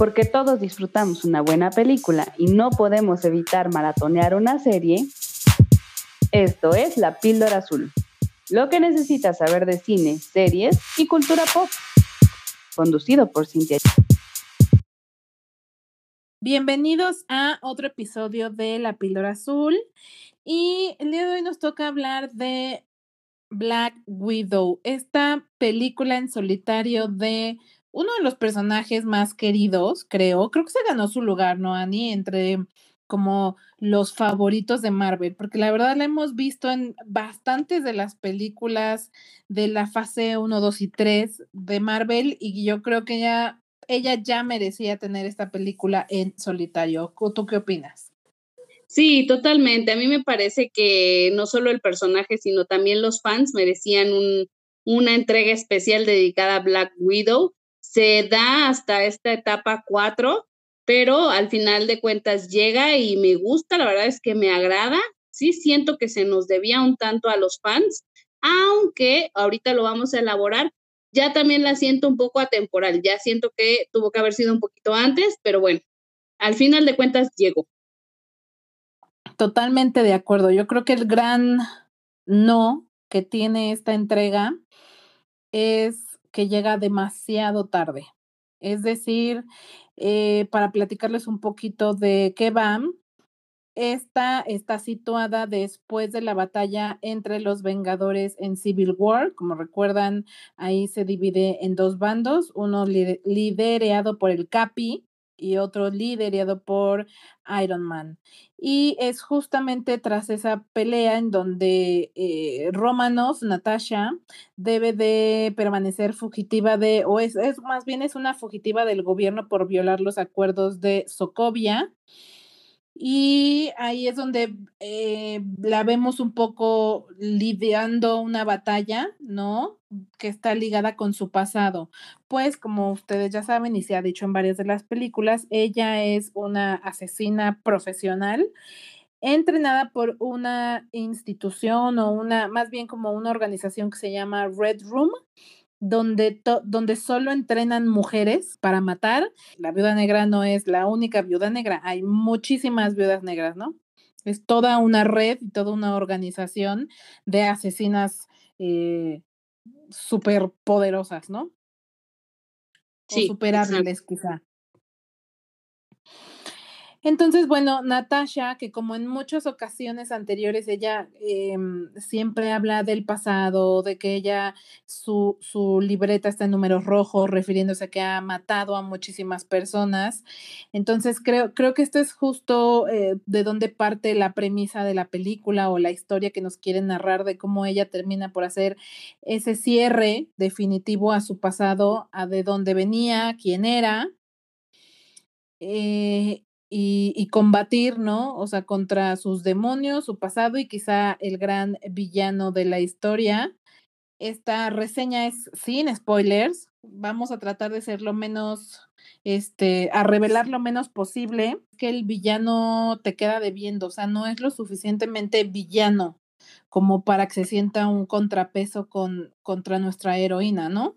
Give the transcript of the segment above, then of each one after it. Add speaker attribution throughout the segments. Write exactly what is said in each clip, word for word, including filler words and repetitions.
Speaker 1: Porque todos disfrutamos una buena película y no podemos evitar maratonear una serie, esto es La Píldora Azul. Lo que necesitas saber de cine, series y cultura pop. Conducido por Cintia.
Speaker 2: Bienvenidos a otro episodio de La Píldora Azul. Y el día de hoy nos toca hablar de Black Widow, esta película en solitario de uno de los personajes más queridos, creo. Creo que se ganó su lugar, ¿no, Ani? Entre como los favoritos de Marvel, porque la verdad la hemos visto en bastantes de las películas de la fase uno, dos y tres de Marvel, y yo creo que ella, ella ya merecía tener esta película en solitario. ¿Tú qué opinas?
Speaker 3: Sí, totalmente. A mí me parece que no solo el personaje, sino también los fans merecían un, una entrega especial dedicada a Black Widow. Se da hasta esta etapa cuatro, pero al final de cuentas llega y me gusta, la verdad es que me agrada. Sí siento que se nos debía un tanto a los fans, aunque ahorita lo vamos a elaborar. Ya también la siento un poco atemporal, ya siento que tuvo que haber sido un poquito antes, pero bueno, al final de cuentas llegó.
Speaker 2: Totalmente de acuerdo. Yo creo que el gran no que tiene esta entrega es que llega demasiado tarde. Es decir, eh, para platicarles un poquito de qué va, esta está situada después de la batalla entre los Vengadores en Civil War. Como recuerdan, ahí se divide en dos bandos, uno li- liderado por el Capi y otro liderado por Iron Man. Y es justamente tras esa pelea en donde eh, Romanoff, Natasha, debe de permanecer fugitiva de, o es, es más bien es una fugitiva del gobierno por violar los acuerdos de Sokovia. Y ahí es donde eh, la vemos un poco lidiando una batalla, ¿no? Que está ligada con su pasado. Pues como ustedes ya saben y se ha dicho en varias de las películas, ella es una asesina profesional entrenada por una institución o una, más bien como una organización que se llama Red Room, donde, to- donde solo entrenan mujeres para matar. La viuda negra no es la única viuda negra, hay muchísimas viudas negras, ¿no? Es toda una red y toda una organización de asesinas eh, súper poderosas, ¿no? O
Speaker 3: Sí,
Speaker 2: súper
Speaker 3: exacto.
Speaker 2: hábiles, quizá. Entonces, bueno, Natasha, que como en muchas ocasiones anteriores, ella eh, siempre habla del pasado, de que ella, su, su libreta está en números rojos, refiriéndose a que ha matado a muchísimas personas. Entonces, creo, creo que esto es justo eh, de donde parte la premisa de la película o la historia que nos quiere narrar de cómo ella termina por hacer ese cierre definitivo a su pasado, a de dónde venía, quién era. Eh, y, y combatir, ¿no? O sea, contra sus demonios, su pasado y quizá el gran villano de la historia. Esta reseña es sin spoilers. Vamos a tratar de ser lo menos, este, a revelar lo menos posible, que el villano te queda debiendo, o sea, no es lo suficientemente villano como para que se sienta un contrapeso con, contra nuestra heroína, ¿no?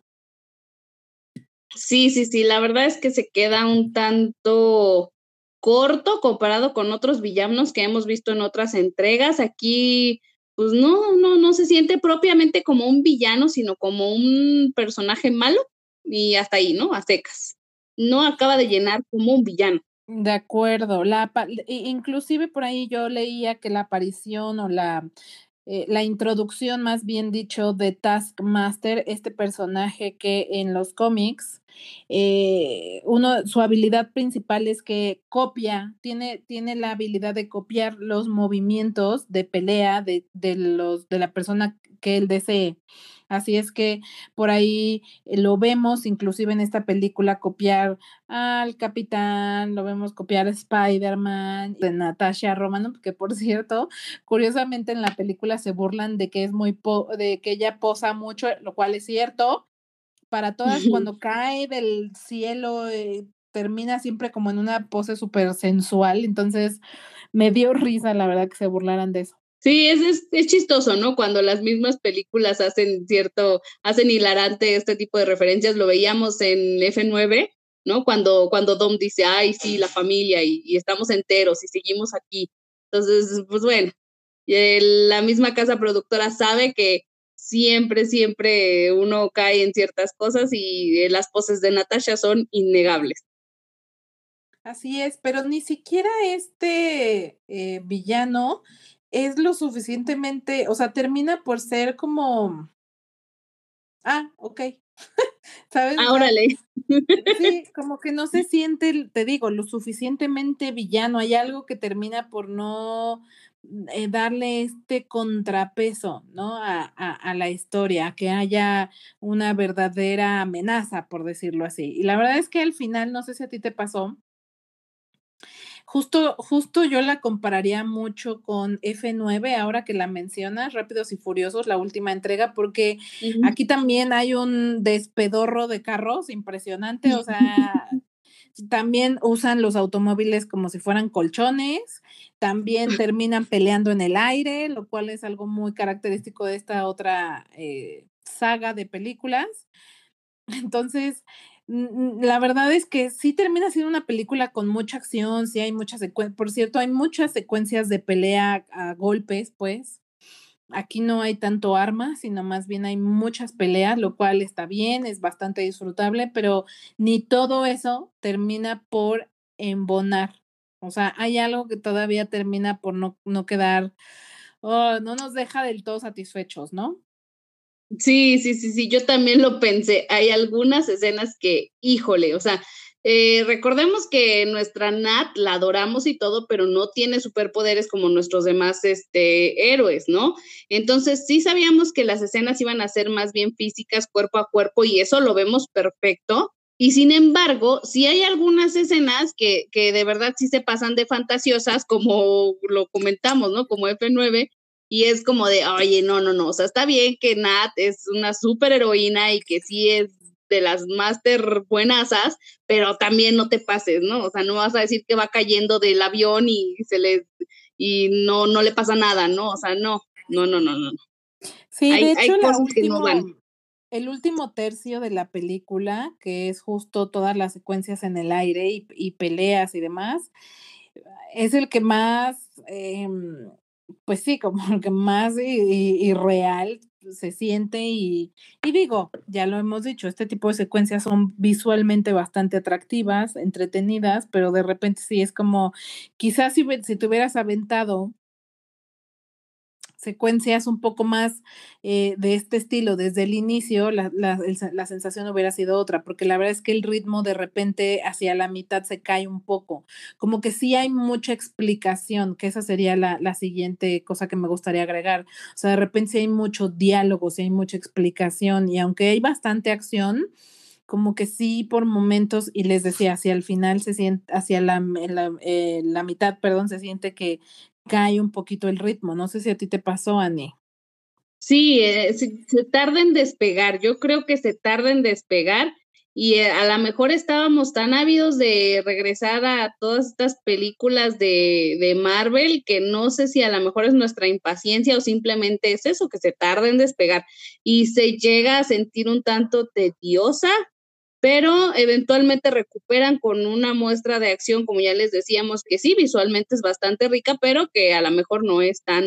Speaker 3: Sí, sí, sí, la verdad es que se queda un tanto corto comparado con otros villanos que hemos visto en otras entregas. Aquí, pues no, no, no se siente propiamente como un villano, sino como un personaje malo y hasta ahí, ¿no? A secas. No acaba de llenar como un villano.
Speaker 2: De acuerdo, la, apa- i- inclusive por ahí yo leía que la aparición o la, eh, la introducción, más bien dicho, de Taskmaster, este personaje que en los cómics, eh, uno, su habilidad principal es que copia, tiene, tiene la habilidad de copiar los movimientos de pelea de, de los, de la persona que él desee. Así es que por ahí eh, lo vemos, inclusive en esta película, copiar al Capitán, lo vemos copiar a Spider-Man, de Natasha Romanoff, que por cierto, curiosamente en la película se burlan de que es muy, po de que ella posa mucho, lo cual es cierto, para todas cuando cae del cielo, eh, termina siempre como en una pose súper sensual, entonces me dio risa la verdad que se burlaran de eso.
Speaker 3: Sí, es, es, es chistoso, ¿no? Cuando las mismas películas hacen cierto, hacen hilarante este tipo de referencias. Lo veíamos en F nueve, ¿no? Cuando, cuando Dom dice, ay, sí, la familia, y, y estamos enteros y seguimos aquí. Entonces, pues bueno, eh, la misma casa productora sabe que siempre, siempre uno cae en ciertas cosas y eh, las poses de Natasha son innegables.
Speaker 2: Así es, pero ni siquiera este eh, villano es lo suficientemente, o sea, termina por ser como, ah, ok, ¿sabes? O
Speaker 3: Ah,
Speaker 2: sea,
Speaker 3: órale.
Speaker 2: sí, como que no se siente, te digo, lo suficientemente villano. Hay algo que termina por no eh, darle este contrapeso, ¿no? A, a, a la historia, que haya una verdadera amenaza, por decirlo así. Y la verdad es que al final, no sé si a ti te pasó, justo, justo yo la compararía mucho con F nueve, ahora que la mencionas, Rápidos y Furiosos, la última entrega, porque
Speaker 3: Ujú.
Speaker 2: aquí también hay un despedorro de carros impresionante, o sea, también usan los automóviles como si fueran colchones, también terminan peleando en el aire, lo cual es algo muy característico de esta otra eh, saga de películas. Entonces, mm, la verdad es que sí termina siendo una película con mucha acción, sí hay muchas secuencias, por cierto, hay muchas secuencias de pelea a golpes, pues. Aquí no hay tanto armas, sino más bien hay muchas peleas, lo cual está bien, es bastante disfrutable, pero ni todo eso termina por embonar. O sea, hay algo que todavía termina por no, no quedar, oh, no nos deja del todo satisfechos, ¿no?
Speaker 3: Sí, sí, sí, sí, yo también lo pensé. Hay algunas escenas que, híjole, o sea, eh, recordemos que nuestra Nat la adoramos y todo, pero no tiene superpoderes como nuestros demás este, héroes, ¿no? Entonces sí sabíamos que las escenas iban a ser más bien físicas, cuerpo a cuerpo, y eso lo vemos perfecto. Y sin embargo, sí hay algunas escenas que, que de verdad sí se pasan de fantasiosas, como lo comentamos, ¿no? Como F nueve, y es como de, oye, no, no, no, o sea, está bien que Nat es una súper heroína y que sí es de las máster buenasas, pero también no te pases, ¿no? O sea, no vas a decir que va cayendo del avión y se le, y no, no le pasa nada, ¿no? O sea, no, no, no, no, no.
Speaker 2: Sí,
Speaker 3: Hay,
Speaker 2: de
Speaker 3: hay
Speaker 2: hecho, la
Speaker 3: cosas que no van.
Speaker 2: último, el último tercio de la película, que es justo todas las secuencias en el aire y, y peleas y demás, es el que más, em, pues sí, como el que más i- i- irreal se siente y, y digo, ya lo hemos dicho, este tipo de secuencias son visualmente bastante atractivas, entretenidas, pero de repente sí es como, quizás si, hubie- si te hubieras aventado secuencias un poco más eh, de este estilo desde el inicio, la, la, el- la sensación hubiera sido otra, porque la verdad es que el ritmo de repente hacia la mitad se cae un poco, como que sí hay mucha explicación, que esa sería la, la siguiente cosa que me gustaría agregar. O sea, de repente sí hay mucho diálogo, sí hay mucha explicación, y aunque hay bastante acción, como que sí por momentos, y les decía, hacia el final se siente, hacia la, la, eh, la mitad, perdón, se siente que cae un poquito el ritmo. No sé si a ti te pasó, Ani.
Speaker 3: Sí, eh, se, se tarda en despegar, yo creo que se tarda en despegar y eh, a lo mejor estábamos tan ávidos de regresar a todas estas películas de, de Marvel que no sé si a lo mejor es nuestra impaciencia o simplemente es eso, que se tarda en despegar y se llega a sentir un tanto tediosa, pero eventualmente recuperan con una muestra de acción, como ya les decíamos, que sí, visualmente es bastante rica, pero que a lo mejor no es tan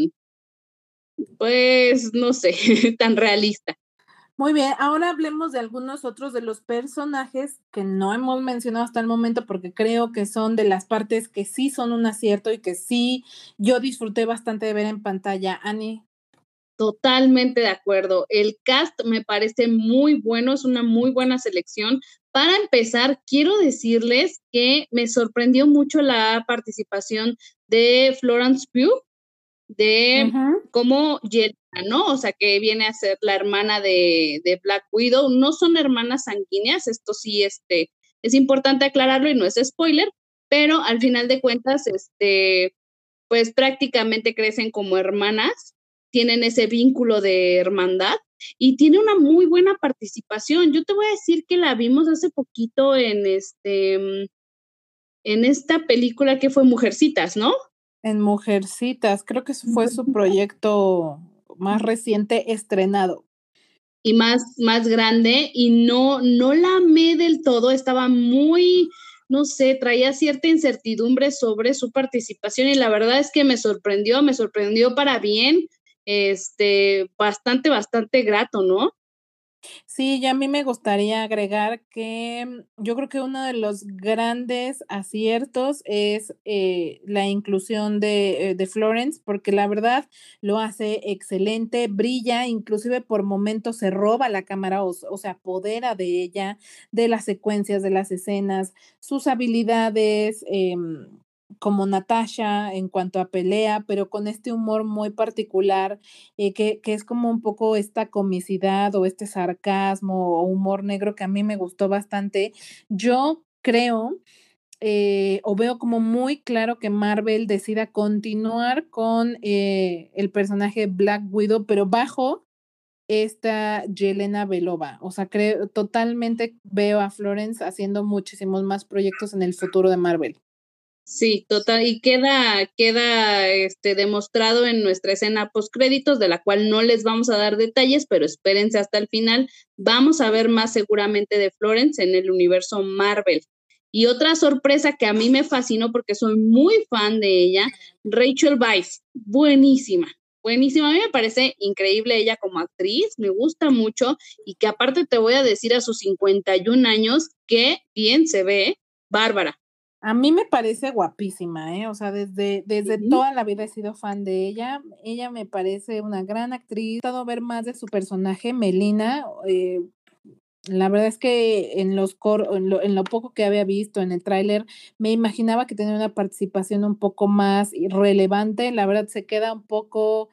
Speaker 3: pues no sé, tan realista.
Speaker 2: Muy bien, ahora hablemos de algunos otros de los personajes que no hemos mencionado hasta el momento porque creo que son de las partes que sí son un acierto y que sí yo disfruté bastante de ver en pantalla. Ani.
Speaker 3: Totalmente de acuerdo. El cast me parece muy bueno, es una muy buena selección. Para empezar, quiero decirles que me sorprendió mucho la participación de Florence Pugh, de
Speaker 2: Ujú.
Speaker 3: cómo Yelena, ¿no? O sea, que viene a ser la hermana de, de Black Widow. No son hermanas sanguíneas, esto sí, este, es importante aclararlo y no es spoiler, pero al final de cuentas, este, pues prácticamente crecen como hermanas, tienen ese vínculo de hermandad y tiene una muy buena participación. Yo te voy a decir que la vimos hace poquito en este, mm, en esta película que fue Mujercitas, ¿no?
Speaker 2: En Mujercitas, creo que ese fue su proyecto más reciente estrenado.
Speaker 3: y más, más grande, y no, no la amé del todo, estaba muy, no sé, traía cierta incertidumbre sobre su participación, y la verdad es que me sorprendió, me sorprendió para bien, este, bastante, bastante grato, ¿no?
Speaker 2: Sí, y a mí me gustaría agregar que mm, yo creo que uno de los grandes aciertos es eh, la inclusión de, eh, de Florence, porque la verdad lo hace excelente, brilla, inclusive por momentos se roba la cámara o, o se apodera de ella, de las secuencias, de las escenas, sus habilidades. Eh, como Natasha en cuanto a pelea, pero con este humor muy particular eh, que, que, es como un poco esta comicidad o este sarcasmo o humor negro que a mí me gustó bastante. Yo creo eh, o veo como muy claro que Marvel decida continuar con eh, el personaje Black Widow, pero bajo esta Yelena Belova. O sea, creo totalmente veo a Florence haciendo muchísimos más proyectos en el futuro de Marvel.
Speaker 3: Sí, total, y queda, queda este, demostrado en nuestra escena postcréditos, de la cual no les vamos a dar detalles, pero espérense hasta el final. Vamos a ver más seguramente de Florence en el universo Marvel. Y otra sorpresa que a mí me fascinó porque soy muy fan de ella, Rachel Weisz, buenísima, buenísima. A mí me parece increíble ella como actriz, me gusta mucho, y que aparte te voy a decir a sus cincuenta y un años, que bien se ve, bárbara.
Speaker 2: A mí me parece guapísima, ¿eh? O sea, desde, desde
Speaker 3: Uh-huh.
Speaker 2: toda la vida he sido fan de ella. Ella me parece una gran actriz. He estado ver más de su personaje, Melina. Eh, la verdad es que en, los cor en, lo, en lo poco que había visto en el tráiler, me imaginaba que tenía una participación un poco más relevante. La verdad se queda un poco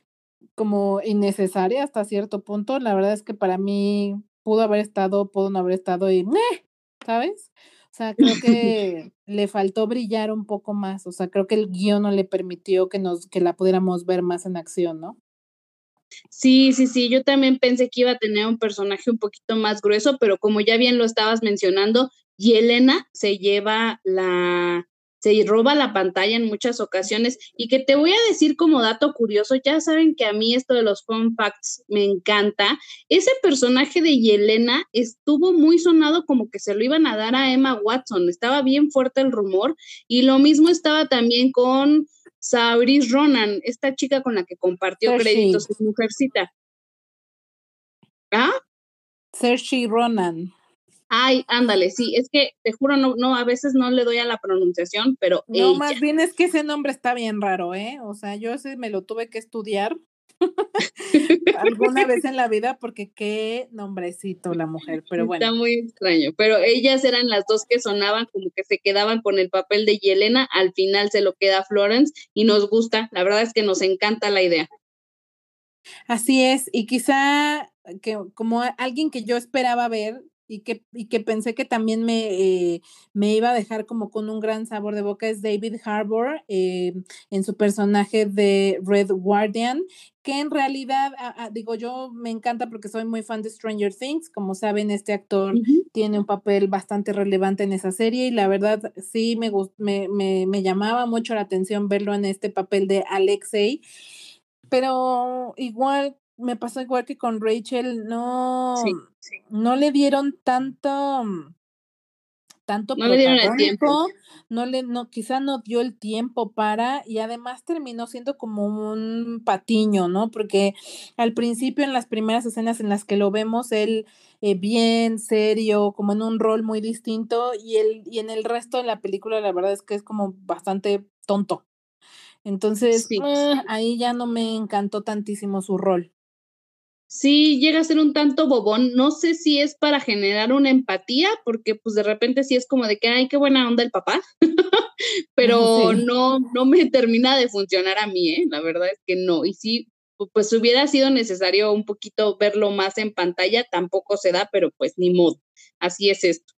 Speaker 2: como innecesaria hasta cierto punto. La verdad es que para mí pudo haber estado, pudo no haber estado y ¡meh! ¿Sabes? O sea, creo que le faltó brillar un poco más, o sea, creo que el guión no le permitió que nos que la pudiéramos ver más en acción, ¿no?
Speaker 3: Sí, sí, sí, yo también pensé que iba a tener un personaje un poquito más grueso, pero como ya bien lo estabas mencionando, Yelena se lleva la, se roba la pantalla en muchas ocasiones, y que te voy a decir como dato curioso, ya saben que a mí esto de los fun facts me encanta. Ese personaje de Yelena estuvo muy sonado como que se lo iban a dar a Emma Watson, estaba bien fuerte el rumor, y lo mismo estaba también con Saoirse Ronan, esta chica con la que compartió
Speaker 2: Saoirse.
Speaker 3: créditos en Mujercita. ¿Ah?
Speaker 2: Saoirse Ronan.
Speaker 3: Ay, ándale, sí, es que te juro, no, no, a veces no le doy a la pronunciación, pero
Speaker 2: No,
Speaker 3: ella.
Speaker 2: más bien es que ese nombre está bien raro, ¿eh? O sea, yo ese me lo tuve que estudiar alguna vez en la vida porque qué nombrecito la mujer, pero bueno.
Speaker 3: Está muy extraño, pero ellas eran las dos que sonaban como que se quedaban con el papel de Yelena, al final se lo queda Florence y nos gusta, la verdad es que nos encanta la idea.
Speaker 2: Así es, y quizá que como alguien que yo esperaba ver y que, y que pensé que también me, eh, me iba a dejar como con un gran sabor de boca es David Harbour eh, en su personaje de Red Guardian, que en realidad, a, a, digo, yo me encanta porque soy muy fan de Stranger Things, como saben, este actor uh-huh. tiene un papel bastante relevante en esa serie y la verdad sí me, me, me, me llamaba mucho la atención verlo en este papel de Alexei. Pero igual, me pasó igual que con Rachel, no, sí, sí. no le dieron tanto, tanto
Speaker 3: no le dieron el tiempo.
Speaker 2: No le, no, quizá no dio el tiempo para, y además terminó siendo como un patiño, ¿no? Porque al principio, en las primeras escenas en las que lo vemos, él eh, bien serio, como en un rol muy distinto, y, el, y en el resto de la película, la verdad es que es como bastante tonto. Entonces, sí, eh, sí. ahí ya no me encantó tantísimo su rol.
Speaker 3: Sí, llega a ser un tanto bobón, no sé si es para generar una empatía, porque pues de repente sí es como de que, ay, qué buena onda el papá, pero sí. no, no me termina de funcionar a mí, ¿eh? La verdad es que no, y sí, pues hubiera sido necesario un poquito verlo más en pantalla, tampoco se da, pero pues ni modo, así es esto.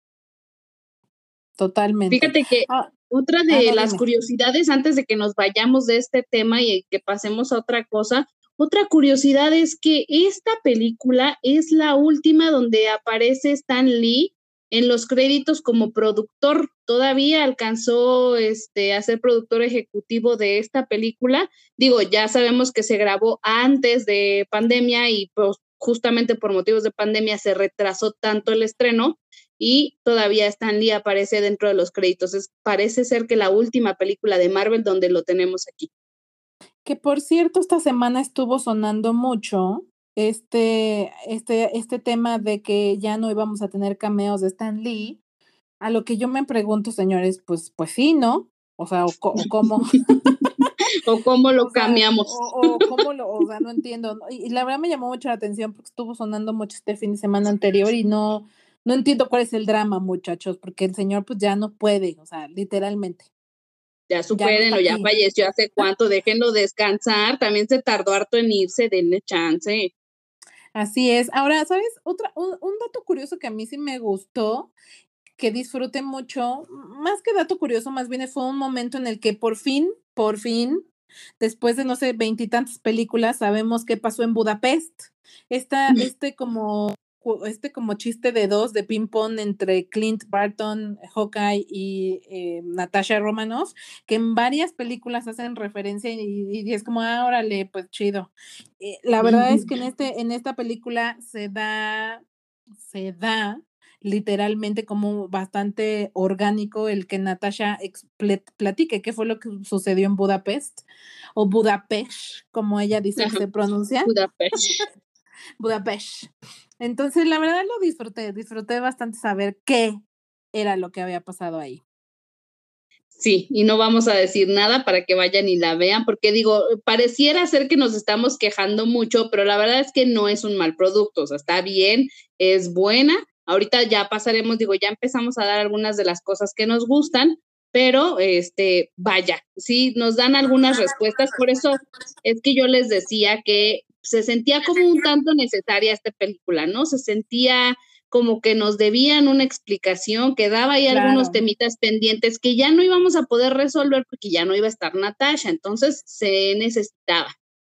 Speaker 2: Totalmente.
Speaker 3: Fíjate que
Speaker 2: ah,
Speaker 3: otra de
Speaker 2: ah, no,
Speaker 3: las
Speaker 2: dime.
Speaker 3: curiosidades, antes de que nos vayamos de este tema y que pasemos a otra cosa, otra curiosidad es que esta película es la última donde aparece Stan Lee en los créditos como productor. Todavía alcanzó este, a ser productor ejecutivo de esta película. Digo, ya sabemos que se grabó antes de pandemia y pues justamente por motivos de pandemia se retrasó tanto el estreno y todavía Stan Lee aparece dentro de los créditos. Es, parece ser que la última película de Marvel donde lo tenemos aquí.
Speaker 2: Que por cierto, esta semana estuvo sonando mucho este, este, este tema de que ya no íbamos a tener cameos de Stan Lee, a lo que yo me pregunto, señores, pues, pues sí, ¿no? O sea, o, o cómo.
Speaker 3: o cómo lo
Speaker 2: o sea,
Speaker 3: cambiamos.
Speaker 2: O, o cómo lo, o sea, no entiendo. Y, y la verdad me llamó mucho la atención porque estuvo sonando mucho este fin de semana anterior y no, no entiendo cuál es el drama, muchachos, porque el señor pues ya no puede, o sea, literalmente.
Speaker 3: Ya supérenlo, ya, no ya falleció hace cuánto, déjenlo descansar, también se tardó harto en irse, denle chance.
Speaker 2: Así es. Ahora, ¿sabes? Otra, un, un dato curioso que a mí sí me gustó, que disfruté mucho, más que dato curioso, más bien fue un momento en el que por fin, por fin, después de, no sé, veintitantas películas, sabemos qué pasó en Budapest. Esta, este como este como chiste de dos de ping pong entre Clint Barton, Hawkeye y eh, Natasha Romanoff, que en varias películas hacen referencia y, y es como, ah, órale, pues chido. Eh, la verdad es que en, este, en esta película se da, se da literalmente como bastante orgánico el que Natasha platique qué fue lo que sucedió en Budapest, o Budapest, como ella dice que se pronuncia.
Speaker 3: Budapest.
Speaker 2: Budapest. Entonces, la verdad lo disfruté, disfruté bastante saber qué era lo que había pasado ahí.
Speaker 3: Sí, y no vamos a decir nada para que vayan y la vean, porque digo, pareciera ser que nos estamos quejando mucho, pero la verdad es que no es un mal producto, o sea, está bien, es buena. Ahorita ya pasaremos, digo, ya empezamos a dar algunas de las cosas que nos gustan, pero este, vaya, sí, nos dan algunas respuestas, por eso es que yo les decía que se sentía como un tanto necesaria esta película, ¿no? Se sentía como que nos debían una explicación, quedaba ahí claro. algunos temitas pendientes que ya no íbamos a poder resolver porque ya no iba a estar Natasha, entonces se necesitaba.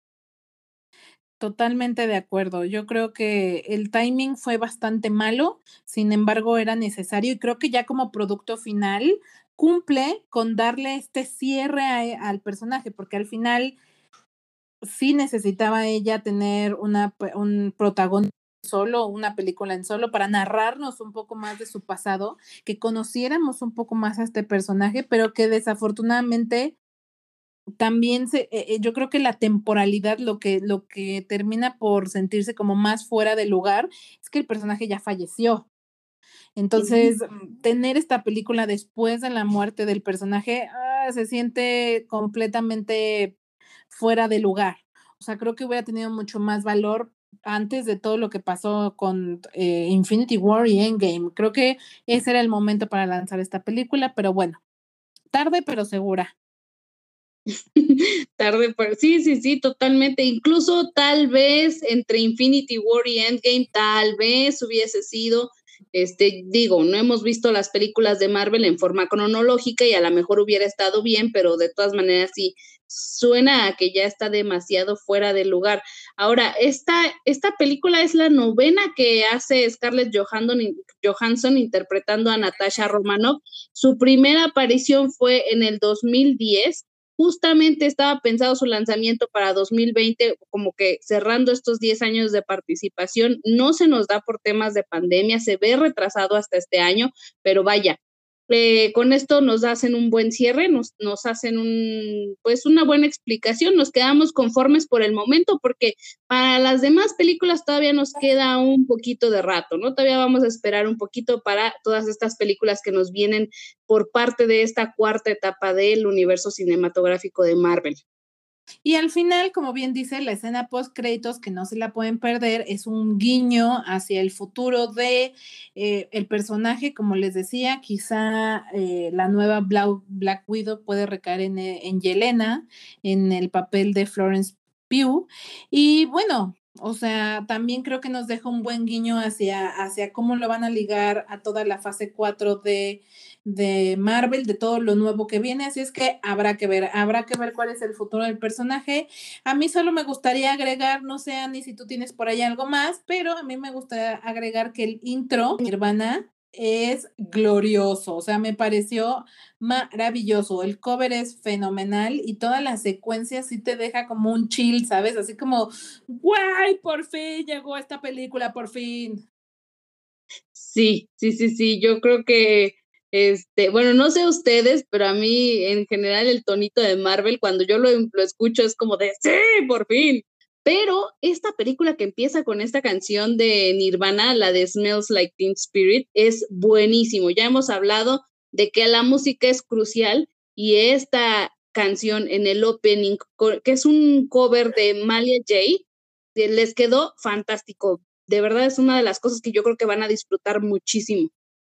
Speaker 2: Totalmente de acuerdo. Yo creo que el timing fue bastante malo, sin embargo era necesario y creo que ya como producto final cumple con darle este cierre a, al personaje, porque al final sí necesitaba ella tener una, un protagonista solo, una película en solo, para narrarnos un poco más de su pasado, que conociéramos un poco más a este personaje, pero que desafortunadamente también se, eh, yo creo que la temporalidad, lo que, lo que termina por sentirse como más fuera de lugar, es que el personaje ya falleció. Entonces, uh-huh. tener esta película después de la muerte del personaje, ah, se siente completamente fuera de lugar. O sea, creo que hubiera tenido mucho más valor antes de todo lo que pasó con eh, Infinity War y Endgame. Creo que ese era el momento para lanzar esta película, pero bueno, tarde pero segura.
Speaker 3: Tarde, pero sí, sí, sí, totalmente. Incluso tal vez entre Infinity War y Endgame, tal vez hubiese sido, este, digo, no hemos visto las películas de Marvel en forma cronológica y a lo mejor hubiera estado bien, pero de todas maneras sí suena a que ya está demasiado fuera de lugar. Ahora, esta, esta película es la novena que hace Scarlett Johansson, Johansson interpretando a Natasha Romanoff. Su primera aparición fue en el dos mil diez. Justamente estaba pensado su lanzamiento para dos mil veinte, como que cerrando estos diez años de participación. No se nos da por temas de pandemia, se ve retrasado hasta este año, pero vaya, eh, con esto nos hacen un buen cierre, nos, nos hacen un, pues una buena explicación, nos quedamos conformes por el momento, porque para las demás películas todavía nos queda un poquito de rato, ¿no? Todavía vamos a esperar un poquito para todas estas películas que nos vienen por parte de esta cuarta etapa del universo cinematográfico de Marvel.
Speaker 2: Y al final, como bien dice, la escena post créditos, que no se la pueden perder, es un guiño hacia el futuro de eh, el personaje, como les decía, quizá eh, la nueva Black, Black Widow puede recaer en, en Yelena, en el papel de Florence Pugh, y bueno, o sea, también creo que nos deja un buen guiño hacia, hacia cómo lo van a ligar a toda la fase cuatro de, de Marvel, de todo lo nuevo que viene, así es que habrá que ver, habrá que ver cuál es el futuro del personaje. A mí solo me gustaría agregar, no sé, Ani, si tú tienes por ahí algo más, pero a mí me gustaría agregar que el intro, Nirvana, es glorioso, o sea, me pareció maravilloso. El cover es fenomenal y toda la secuencia sí te deja como un chill, ¿sabes? Así como, ¡guay! Por fin llegó esta película, por fin.
Speaker 3: Sí, sí, sí, sí, yo creo que, este, bueno, no sé ustedes, pero a mí en general el tonito de Marvel, cuando yo lo, lo escucho es como de, sí, por fin. Pero esta película que empieza con esta canción de Nirvana, la de Smells Like Teen Spirit, es buenísimo. Ya hemos hablado de que la música es crucial y esta canción en el opening, que es un cover de Malia J, les quedó fantástico. De verdad es una de las cosas que yo creo que van a disfrutar muchísimo.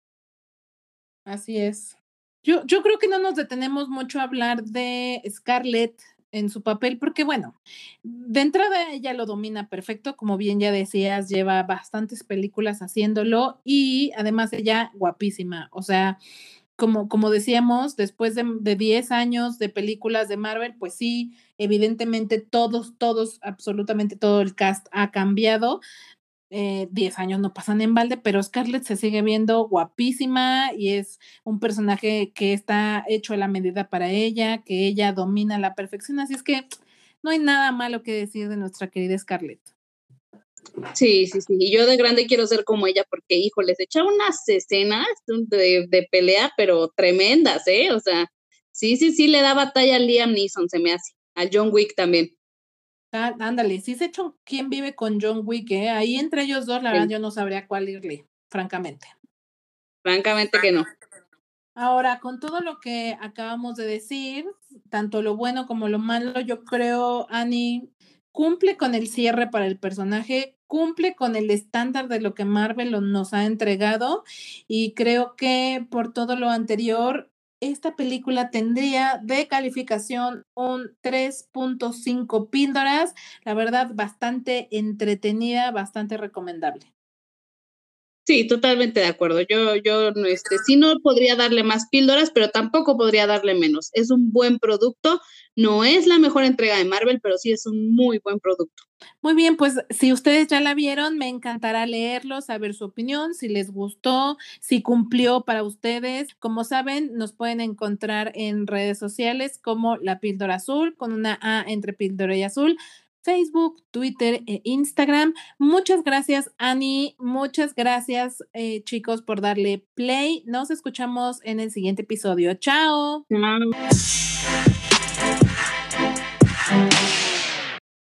Speaker 2: Así es. Yo, yo creo que no nos detenemos mucho a hablar de Scarlett en su papel, porque bueno, de entrada ella lo domina perfecto, como bien ya decías, lleva bastantes películas haciéndolo y además ella guapísima, o sea, como, como decíamos, después de, de diez años de películas de Marvel, pues sí, evidentemente todos, todos, absolutamente todo el cast ha cambiado. Eh, diez años no pasan en balde, pero Scarlett se sigue viendo guapísima y es un personaje que está hecho a la medida para ella, que ella domina a la perfección, así es que no hay nada malo que decir de nuestra querida Scarlett.
Speaker 3: Sí, sí, sí, y yo de grande quiero ser como ella porque, híjoles, echa unas escenas de, de pelea, pero tremendas, ¿eh? O sea, sí, sí, sí le da batalla a Liam Neeson, se me hace, a John Wick también.
Speaker 2: Ah, ándale, sí se echó quién vive con John Wick, ¿eh? Ahí entre ellos dos, la verdad, yo no sabría cuál irle, francamente.
Speaker 3: Francamente que no.
Speaker 2: Ahora, con todo lo que acabamos de decir, tanto lo bueno como lo malo, yo creo, Annie, cumple con el cierre para el personaje, cumple con el estándar de lo que Marvel nos ha entregado y creo que por todo lo anterior, esta película tendría de calificación un tres punto cinco píldoras, la verdad, bastante entretenida, bastante recomendable.
Speaker 3: Sí, totalmente de acuerdo. Yo, yo, este, sí no podría darle más píldoras, pero tampoco podría darle menos. Es un buen producto, no es la mejor entrega de Marvel, pero sí es un muy buen producto.
Speaker 2: Muy bien, pues si ustedes ya la vieron, me encantará leerlo, saber su opinión, si les gustó, si cumplió para ustedes. Como saben, nos pueden encontrar en redes sociales como La Píldora Azul, con una A entre píldora y azul. Facebook, Twitter e Instagram. Muchas gracias, Ani. Muchas gracias, eh, chicos, por darle play. Nos escuchamos en el siguiente episodio. Chao.
Speaker 3: Chao.